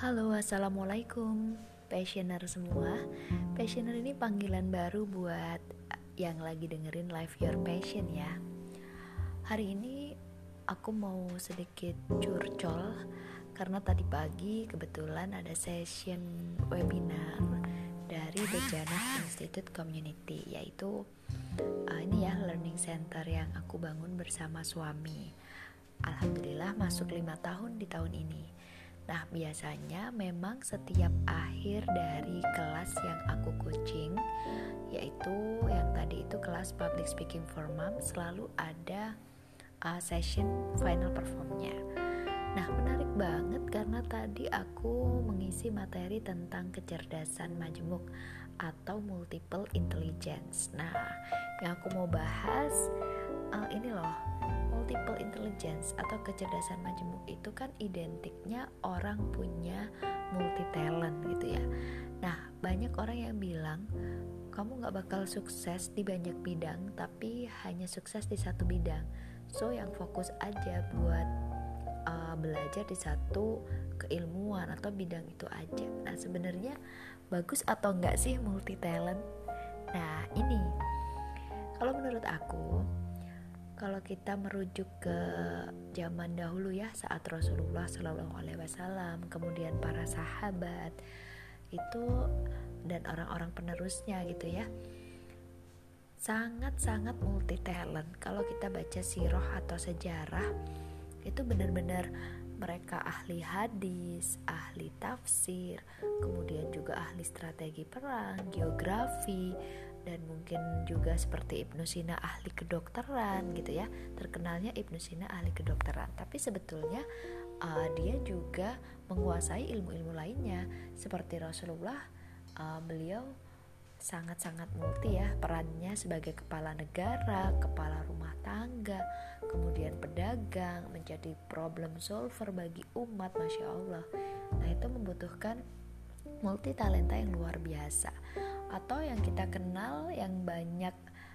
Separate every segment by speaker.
Speaker 1: Halo, assalamualaikum passioner semua. Passioner ini panggilan baru buat yang lagi dengerin Live Your Passion ya. Hari ini aku mau sedikit curcol karena tadi pagi kebetulan ada session webinar dari The Jannah Institute Community, yaitu ini ya learning center yang aku bangun bersama suami. Alhamdulillah masuk 5 tahun di tahun ini. Nah, biasanya memang setiap akhir dari kelas yang aku coaching, yaitu yang tadi itu kelas Public Speaking for Mom, selalu ada session final performnya. Nah, menarik banget karena tadi aku mengisi materi tentang kecerdasan majemuk atau multiple intelligence. Nah, yang aku mau bahas ini loh, multiple intelligence atau kecerdasan majemuk itu kan identiknya orang punya multi talent gitu ya. Nah, banyak orang yang bilang kamu gak bakal sukses di banyak bidang, tapi hanya sukses di satu bidang. So yang fokus aja buat belajar di satu keilmuan atau bidang itu aja. Nah, sebenarnya bagus atau enggak sih multi talent? Nah, ini kalau menurut aku, kalau kita merujuk ke zaman dahulu ya, saat Rasulullah Shallallahu Alaihi Wasallam, kemudian para sahabat itu dan orang-orang penerusnya gitu ya, sangat-sangat multi talent. Kalau kita baca sirah atau sejarah, itu benar-benar mereka ahli hadis, ahli tafsir, kemudian juga ahli strategi perang, geografi, dan mungkin juga seperti Ibnu Sina ahli kedokteran gitu ya. Terkenalnya Ibnu Sina ahli kedokteran, tapi sebetulnya dia juga menguasai ilmu-ilmu lainnya. Seperti Rasulullah, beliau sangat-sangat multi ya, perannya sebagai kepala negara, kepala rumah tangga, kemudian pedagang, menjadi problem solver bagi umat, Masya Allah. Nah, itu membutuhkan multi talenta yang luar biasa. Atau yang kita kenal, yang banyak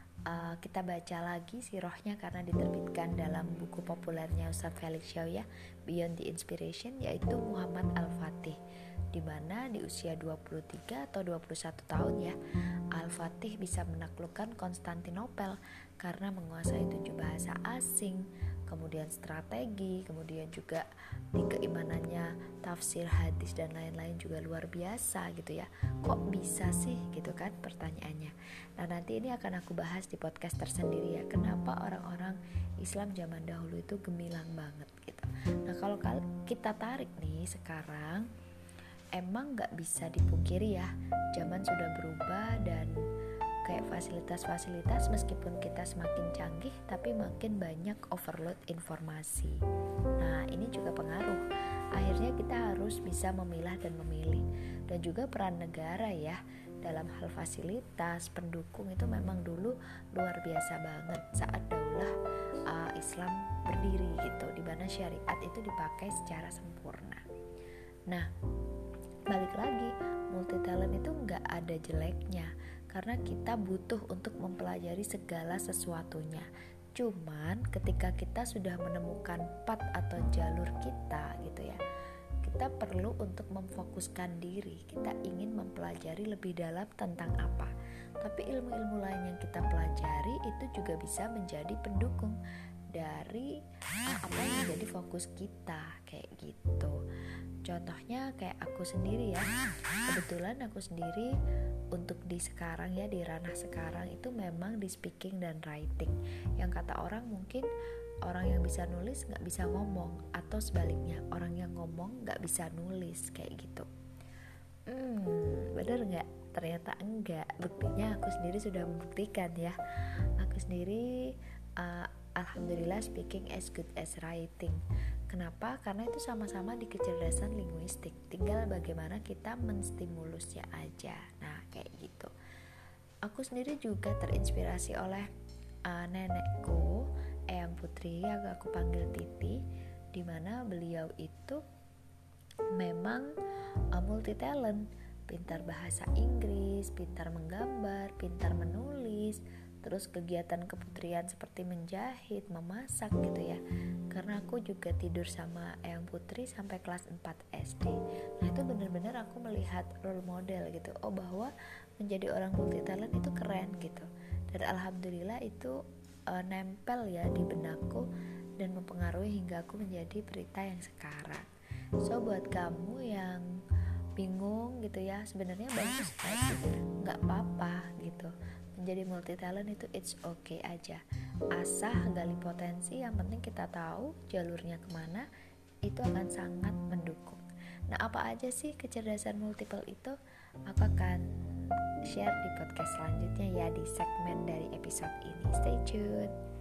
Speaker 1: kita baca lagi sirahnya karena diterbitkan dalam buku populernya Ustadz Felix Shaw ya, Beyond the Inspiration, yaitu Muhammad Al-Fatih, di mana di usia 23 atau 21 tahun ya, Al-Fatih bisa menaklukkan Konstantinopel karena menguasai 7 bahasa asing, kemudian strategi, kemudian juga di keimanannya tafsir hadis dan lain-lain juga luar biasa gitu ya. Kok bisa sih gitu kan pertanyaannya. Nah, nanti ini akan aku bahas di podcast tersendiri ya, kenapa orang-orang Islam zaman dahulu itu gemilang banget gitu. Nah, kalau kita tarik nih sekarang, emang gak bisa dipungkiri ya, zaman sudah berubah dan kayak fasilitas-fasilitas meskipun kita semakin canggih tapi makin banyak overload informasi. Nah, ini juga pengaruh. Akhirnya kita harus bisa memilah dan memilih. Dan juga peran negara ya dalam hal fasilitas, pendukung itu memang dulu luar biasa banget saat daulah Islam berdiri gitu, di mana syariat itu dipakai secara sempurna. Nah, balik lagi, multi talent itu nggak ada jeleknya karena kita butuh untuk mempelajari segala sesuatunya. Cuman ketika kita sudah menemukan path atau jalur kita gitu ya, kita perlu untuk memfokuskan diri. Kita ingin mempelajari lebih dalam tentang apa, tapi ilmu-ilmu lain yang kita pelajari itu juga bisa menjadi pendukung dari apa yang menjadi fokus kita, kayak gitu. Contohnya kayak aku sendiri ya, kebetulan aku sendiri untuk di sekarang ya, di ranah sekarang itu memang di speaking dan writing. Yang kata orang mungkin orang yang bisa nulis gak bisa ngomong, atau sebaliknya orang yang ngomong gak bisa nulis, kayak gitu. Bener gak? Ternyata enggak. Buktinya aku sendiri sudah membuktikan ya. Aku sendiri alhamdulillah speaking as good as writing. Kenapa? Karena itu sama-sama di kecerdasan linguistik. Tinggal bagaimana kita menstimulusnya aja. Nah, kayak gitu. Aku sendiri juga terinspirasi oleh nenekku, Eyang Putri, yang aku panggil Titi, di mana beliau itu memang multi talent, pintar bahasa Inggris, pintar menggambar, pintar menulis, terus kegiatan keputrian seperti menjahit, memasak gitu ya. karena aku juga tidur sama Eyang Putri sampai kelas 4 SD. Nah itu benar-benar aku melihat role model gitu, bahwa menjadi orang multi talent itu keren gitu. Dan alhamdulillah itu nempel ya di benakku dan mempengaruhi hingga aku menjadi Prita yang sekarang. So buat kamu yang bingung gitu ya, sebenarnya bagus aja, nggak apa-apa gitu. Menjadi multi talent itu it's okay aja, asah gali potensi, yang penting kita tahu jalurnya kemana, itu akan sangat mendukung. Nah apa aja sih kecerdasan multiple itu? Aku akan share di podcast selanjutnya ya, di segmen dari episode ini. Stay tune.